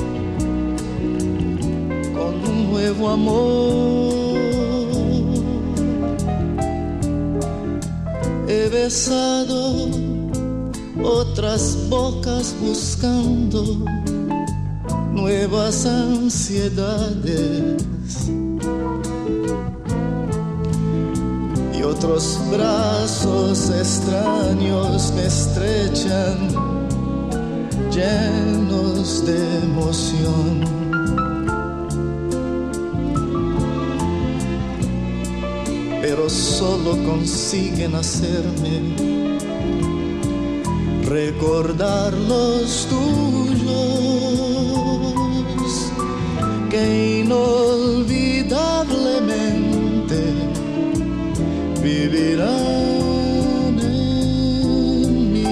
con un nuevo amor. He besado otras bocas buscando nuevas ansiedades y otros brazos extraños me estrechan llenos de emoción. Pero solo consiguen hacerme recordar los tuyos que inolvidablemente vivirán en mí.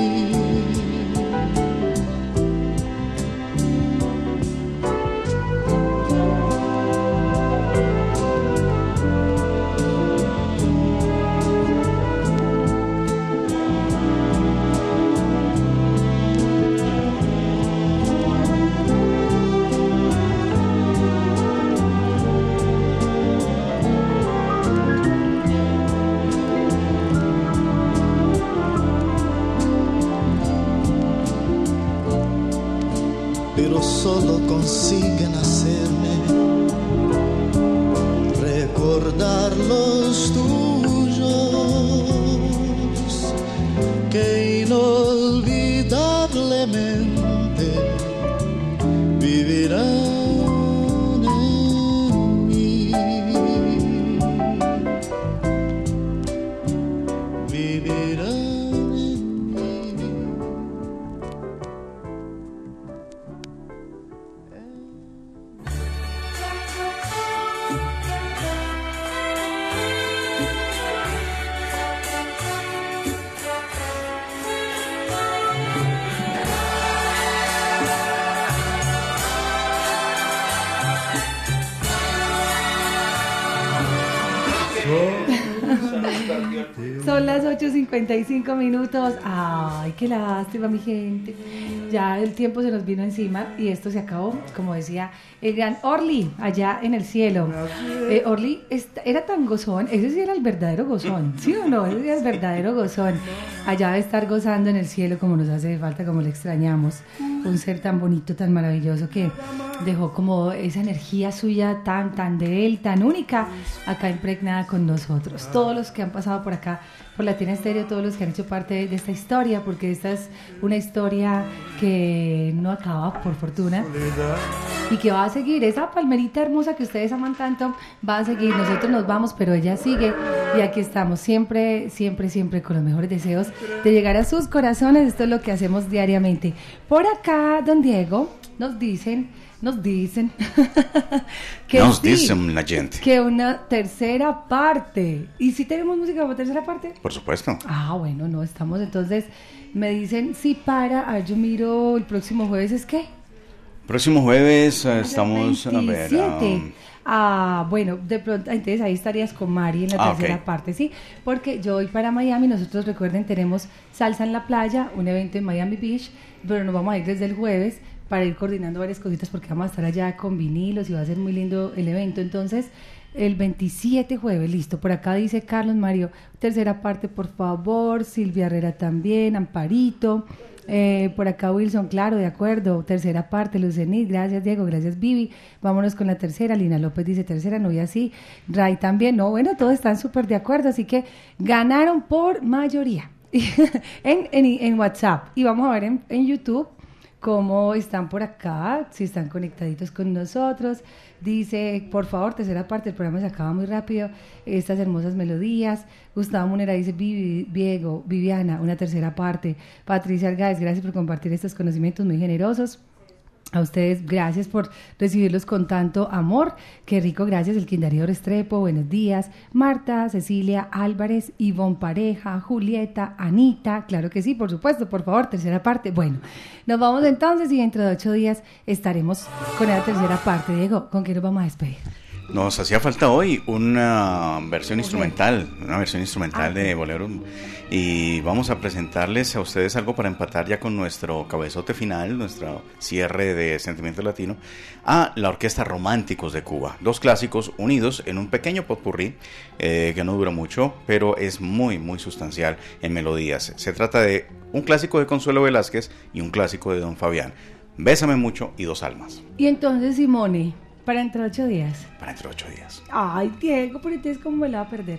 Pero solo consiguen hacerme recordar los tuyos que inolvidablemente vivirán en mí. Vivirán. Son las ocho cincuenta y cinco minutos. Ay, qué lástima, mi gente. Ya el tiempo se nos vino encima y esto se acabó, como decía el gran Orly, allá en el cielo. Eh, Orly est- era tan gozón, ese sí era el verdadero gozón, ¿sí o no? Ese sí era el verdadero gozón. Allá de estar gozando en el cielo como nos hace falta, como le extrañamos. Un ser tan bonito, tan maravilloso que dejó como esa energía suya tan, tan de él, tan única, acá impregnada con nosotros. Todos los que han pasado por acá, por Latina Estéreo, todos los que han hecho parte de, de esta historia, porque esta es una historia que no acaba, por fortuna, y que va a seguir. Esa palmerita hermosa que ustedes aman tanto va a seguir. Nosotros nos vamos, pero ella sigue, y aquí estamos siempre, siempre, siempre con los mejores deseos de llegar a sus corazones. Esto es lo que hacemos diariamente. Por acá, don Diego, nos dicen, nos dicen que Nos sí, dicen la gente. que una tercera parte. ¿Y si tenemos música como tercera parte? Por supuesto. Ah, bueno, no, estamos entonces, me dicen, sí, para, a ver, yo miro el próximo jueves, ¿es qué? Próximo jueves eh, estamos, a ver... veintisiete. um, Ah, bueno, de pronto, entonces ahí estarías con Mari en la Ah, tercera ok. parte, ¿sí? Porque yo voy para Miami, nosotros recuerden, tenemos Salsa en la Playa, un evento en Miami Beach, pero nos vamos a ir desde el jueves para ir coordinando varias cositas porque vamos a estar allá con vinilos y va a ser muy lindo el evento. Entonces, el veintisiete jueves, listo. Por acá dice Carlos Mario, tercera parte, por favor. Silvia Herrera también, Amparito. Eh, por acá Wilson, claro, de acuerdo. Tercera parte, Lucenit, gracias Diego, gracias Vivi. Vámonos con la tercera. Lina López dice tercera, no, y así. Ray también, no, bueno, todos están súper de acuerdo, así que ganaron por mayoría en, en, en WhatsApp. Y vamos a ver en, en YouTube cómo están por acá, si están conectaditos con nosotros. Dice, por favor, tercera parte, el programa se acaba muy rápido, estas hermosas melodías. Gustavo Munera dice, Vivi, Diego, Viviana, una tercera parte. Patricia Argáez, gracias por compartir estos conocimientos muy generosos. A ustedes, gracias por recibirlos con tanto amor. Qué rico, gracias. El Quindarío Restrepo, buenos días. Marta, Cecilia, Álvarez, Ivonne Pareja, Julieta, Anita, claro que sí, por supuesto, por favor, tercera parte. Bueno, nos vamos entonces y dentro de ocho días estaremos con la tercera parte. Diego, ¿con qué nos vamos a despedir? Nos hacía falta hoy una versión instrumental, una versión instrumental Ah. de bolero, y vamos a presentarles a ustedes algo para empatar ya con nuestro cabezote final, nuestro cierre de Sentimiento Latino, a la Orquesta Románticos de Cuba. Dos clásicos unidos en un pequeño potpourri eh, que no dura mucho, pero es muy, muy sustancial en melodías. Se trata de un clásico de Consuelo Velázquez y un clásico de Don Fabián. Bésame mucho y Dos almas. Y entonces, Simone, para dentro de ocho días. Para entre ocho días. Ay, Diego, pero entonces, ¿cómo me la va a perder?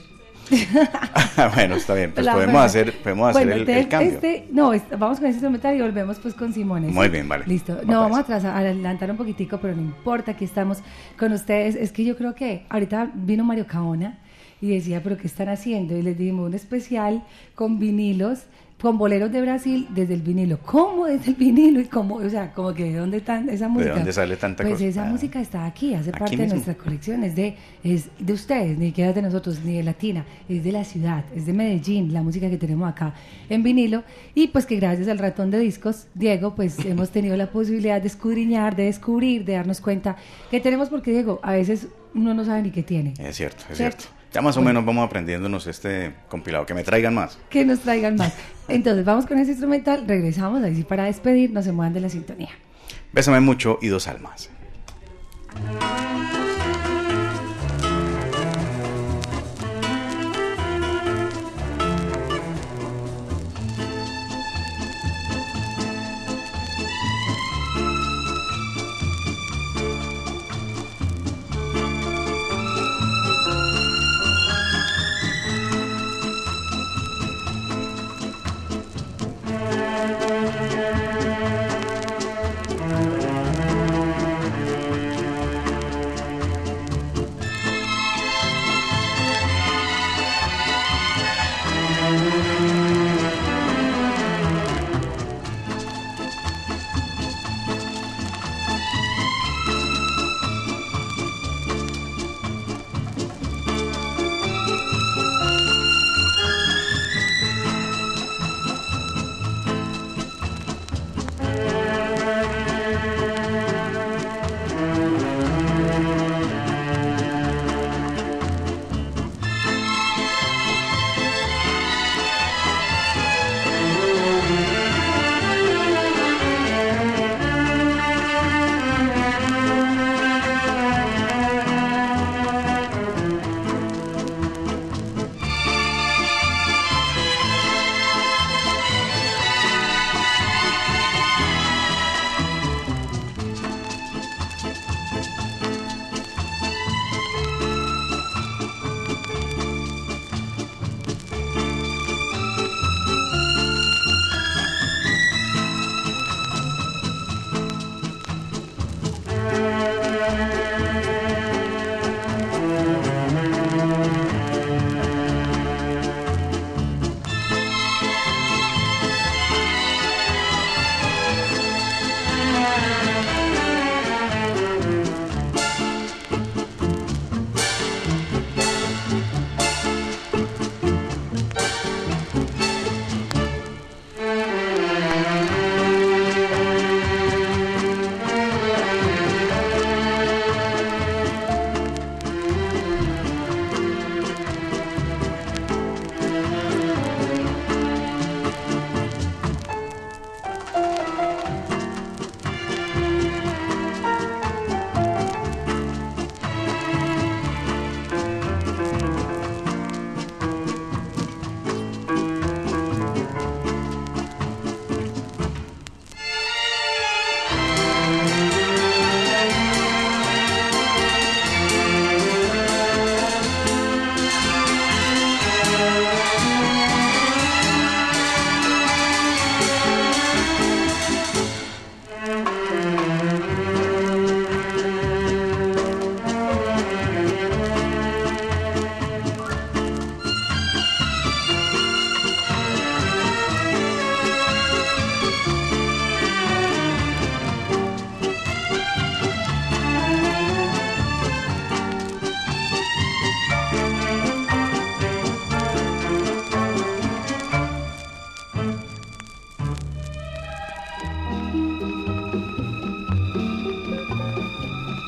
Bueno, está bien, pues La podemos verdad. hacer, podemos hacer Bueno, el, entonces, el cambio. Este, no, este, vamos con ese instrumental y volvemos pues con Simone. Muy ¿sí? bien, vale. Listo. Me No, vamos a parece. atrasar, a adelantar un poquitico, pero no importa, aquí estamos con ustedes. Es que yo creo que ahorita vino Mario Caona y decía, pero ¿qué están haciendo? Y les dimos un especial con vinilos, con boleros de Brasil desde el vinilo. ¿Cómo desde el vinilo? Y cómo, o sea, como que de dónde está esa música. dónde sale tanta pues cosa? esa Ah. música está aquí, hace Aquí parte de mismo. nuestra colección, es de, es de ustedes, ni siquiera de nosotros, ni de Latina, es de la ciudad, es de Medellín, la música que tenemos acá en vinilo, y pues que gracias al ratón de discos, Diego, pues hemos tenido la posibilidad de escudriñar, de descubrir, de darnos cuenta que tenemos, porque Diego, a veces uno no sabe ni qué tiene. Es cierto, es ¿Cierto? cierto. Ya más o Bueno. menos vamos aprendiéndonos este compilado. Que me traigan más. Que nos traigan más. Entonces vamos con ese instrumental, regresamos ahí sí para despedir, no se muevan de la sintonía. Bésame mucho y Dos almas.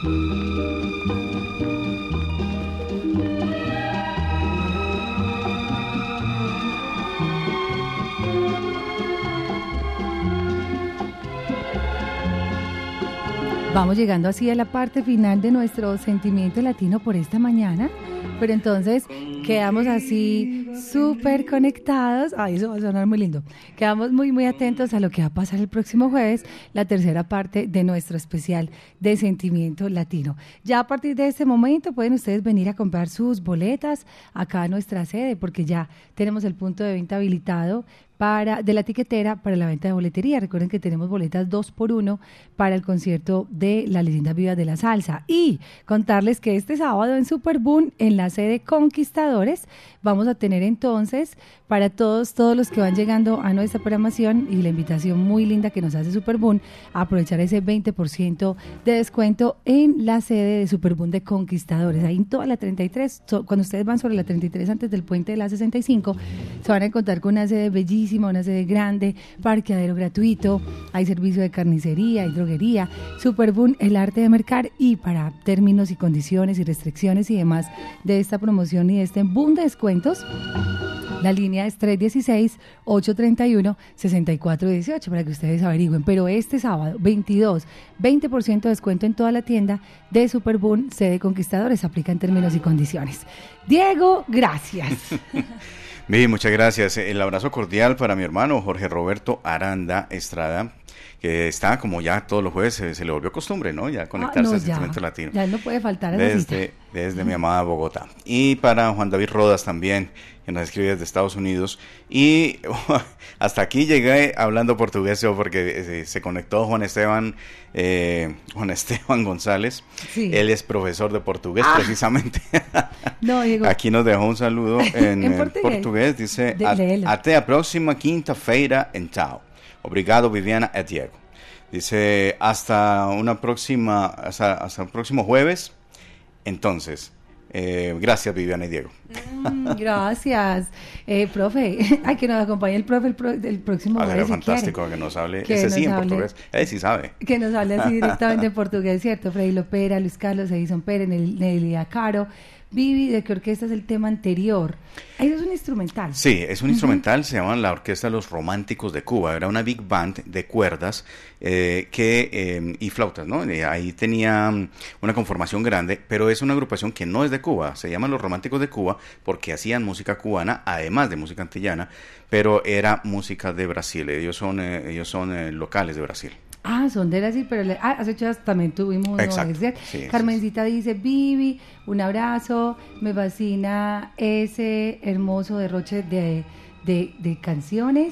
Vamos llegando así a la parte final de nuestro sentimiento latino por esta mañana, pero entonces quedamos así súper conectados. Ay, eso va a sonar muy lindo. Quedamos muy, muy atentos a lo que va a pasar el próximo jueves, la tercera parte de nuestro especial de sentimiento latino. Ya a partir de este momento pueden ustedes venir a comprar sus boletas acá a nuestra sede, porque ya tenemos el punto de venta habilitado para de la tiquetera para la venta de boletería. Recuerden que tenemos boletas dos por uno para el concierto de La Leyenda Viva de la Salsa. Y contarles que este sábado en Superboom, en la sede Conquistadores, vamos a tener entonces para todos, todos los que van llegando a nuestra programación, y la invitación muy linda que nos hace Superboom, a aprovechar ese veinte por ciento de descuento en la sede de Superboom de Conquistadores. Ahí en toda la treinta y tres, so, cuando ustedes van sobre la treinta y tres antes del puente de la sesenta y cinco, se van a encontrar con una sede bellísima, una sede grande, parqueadero gratuito, hay servicio de carnicería, hay droguería. Superboom, el arte de mercar. Y para términos y condiciones y restricciones y demás de esta promoción y de este boom de descuentos, la línea es tres uno seis, ocho tres uno, seis cuatro uno ocho para que ustedes averigüen. Pero este sábado, veintidós, veinte por ciento de descuento en toda la tienda de Superboom, sede Conquistadores. Aplica en términos y condiciones. Diego, gracias. Bien, muchas gracias. El abrazo cordial para mi hermano Jorge Roberto Aranda Estrada, que está como ya todos los jueves, se, se le volvió costumbre, ¿no? Ya conectarse ah, no, al sentimiento latino. Ya no puede faltar a desde, desde mi amada Bogotá. Y para Juan David Rodas también, que nos escribe desde Estados Unidos. Y oh, hasta aquí llegué hablando portugués yo, porque se, se conectó Juan Esteban eh, Juan Esteban González. Sí. Él es profesor de portugués, ah. precisamente. No, Diego. Aquí nos dejó un saludo en, en portugués. portugués. Dice, de, até a próxima quinta-feira, então. Obrigado, Viviana e Diego. Dice, hasta una próxima, hasta, hasta el próximo jueves. Entonces, eh, gracias, Viviana y Diego. Mm, gracias, eh, profe. Ay, que nos acompañe el profe el, pro, el próximo ah, jueves. Sería fantástico si que nos hable, que ese nos sí en hable, portugués. Ese sí sabe. Que nos hable así directamente en portugués, ¿cierto? Freddy Lopera, Luis Carlos, Edison Pérez, Nelia Caro. Vivi, ¿de qué orquesta es el tema anterior? Eso es un instrumental. Sí, es un uh-huh. instrumental, se llama la Orquesta de los Románticos de Cuba. Era una big band de cuerdas eh, que eh, y flautas, ¿no? Ahí tenía una conformación grande, pero es una agrupación que no es de Cuba. Se llaman Los Románticos de Cuba porque hacían música cubana, además de música antillana, pero era música de Brasil. Ellos son, eh, ellos son eh, locales de Brasil. Ah, son de Brasil, pero le, ah, hace ocho días también tuvimos uno. Sí, Carmencita sí, sí. dice, Vivi, un abrazo, me fascina ese hermoso derroche de, de, de canciones,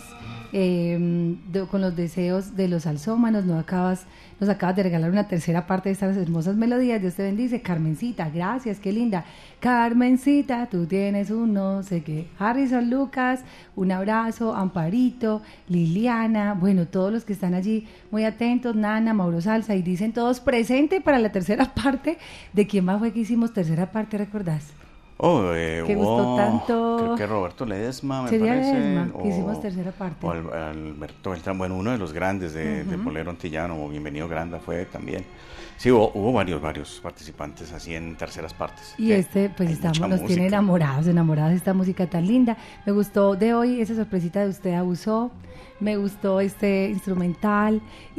eh, de, con los deseos de los alzómanos, nos acabas, nos acabas de regalar una tercera parte de estas hermosas melodías, Dios te bendice. Carmencita, gracias, qué linda. Carmencita, tú tienes un no sé qué. Harrison Lucas, un abrazo. Amparito, Liliana, bueno, todos los que están allí muy atentos, Nana, Mauro Salsa, y dicen todos presente para la tercera parte. ¿De quién más fue que hicimos tercera parte, recordás? Oh, eh, que gustó wow. tanto. Creo que Roberto Ledesma, me Sería parece. Ledesma, o, que hicimos tercera parte. O Al, Alberto Beltrán, bueno, uno de los grandes de, uh-huh. de bolero antillano, o Bienvenido Granda fue también. Sí, hubo, hubo varios, varios participantes así en terceras partes. Y este, pues estamos, nos música. tiene enamorados, enamorados de esta música tan linda. Me gustó de hoy esa sorpresita de Usted Abusó. Me gustó este instrumental.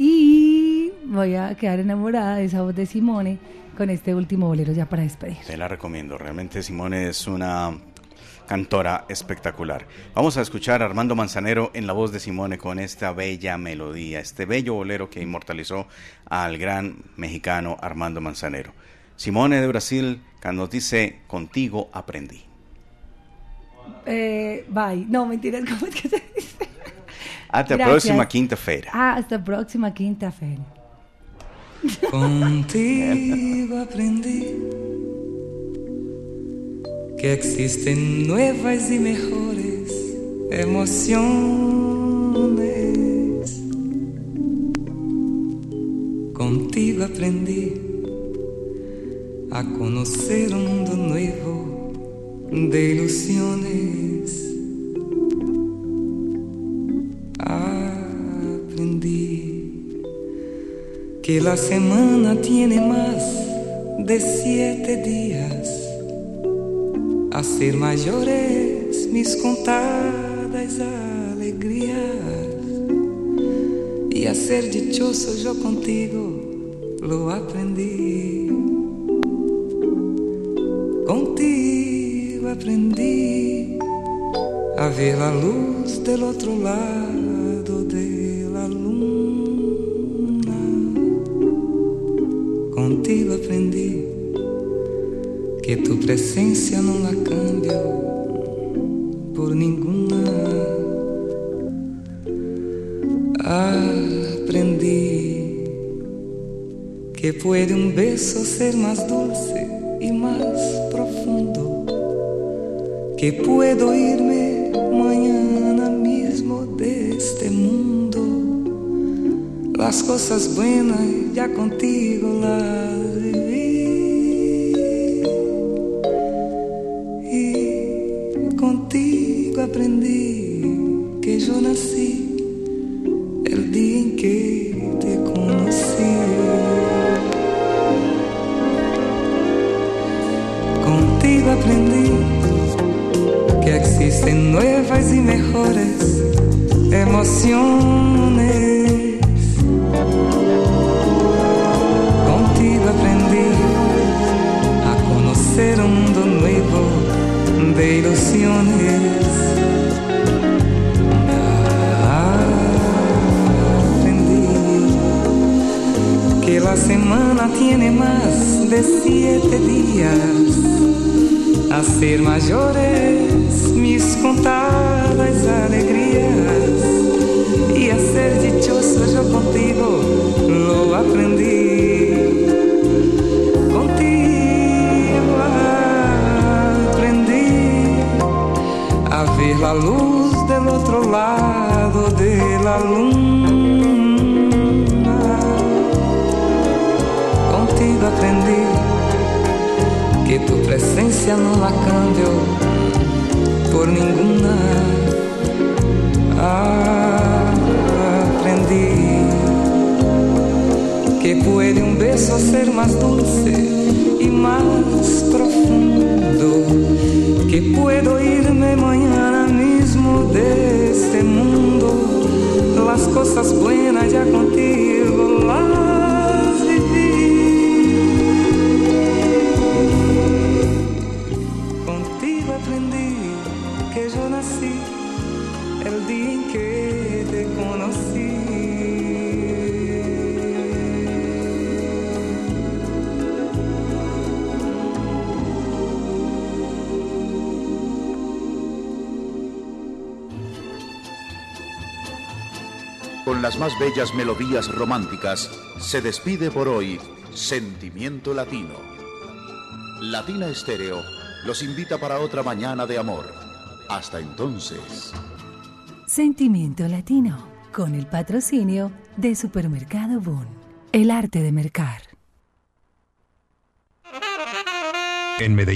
Y voy a quedar enamorada de esa voz de Simone con este último bolero ya para despedir. Te la recomiendo, realmente Simone es una cantora espectacular. Vamos a escuchar a Armando Manzanero en la voz de Simone con esta bella melodía, este bello bolero que inmortalizó al gran mexicano Armando Manzanero. Simone de Brasil, cuando nos dice, contigo aprendí. Eh, bye, no, mentiras, ¿cómo es que se dice? Hasta la próxima quinta-feira. Ah, hasta la próxima quinta-feira. Contigo aprendí que existen nuevas y mejores emociones. Contigo aprendí a conocer un mundo nuevo de ilusiones. Aprendí que la semana tiene más de siete días, a ser mayores mis contadas alegrías, y a ser dichoso yo contigo lo aprendí. Contigo aprendí a ver la luz del otro lado de la luna. Contigo aprendí que tu presencia no la cambio por ninguna. Aprendí que puede un beso ser más dulce y más profundo, que puedo irme mañana mismo de este mundo. Las cosas buenas ya contigo las viví, y contigo aprendí que yo nací el día en que te conocí. Contigo aprendí que existen nuevas y mejores emociones. Contigo aprendí a conocer un mundo nuevo de ilusiones. Aprendí que la semana tiene más de siete días, a ser mayores mis contadas alegrías, y a ser dichoso yo contigo lo aprendí. Contigo aprendí a ver la luz del otro lado de la luna. Contigo aprendí que tu presencia no la cambio por ninguna. Aprendí que puede un beso ser más dulce y más profundo, que puedo irme mañana mismo de este mundo. Las cosas buenas ya contigo las viví. Aprendí que yo nací el día en que te conocí. Con las más bellas melodías románticas se despide por hoy Sentimiento Latino. Latina Estéreo los invita para otra mañana de amor. Hasta entonces. Sentimiento Latino, con el patrocinio de Supermercado Boon. El arte de mercar. En Medellín.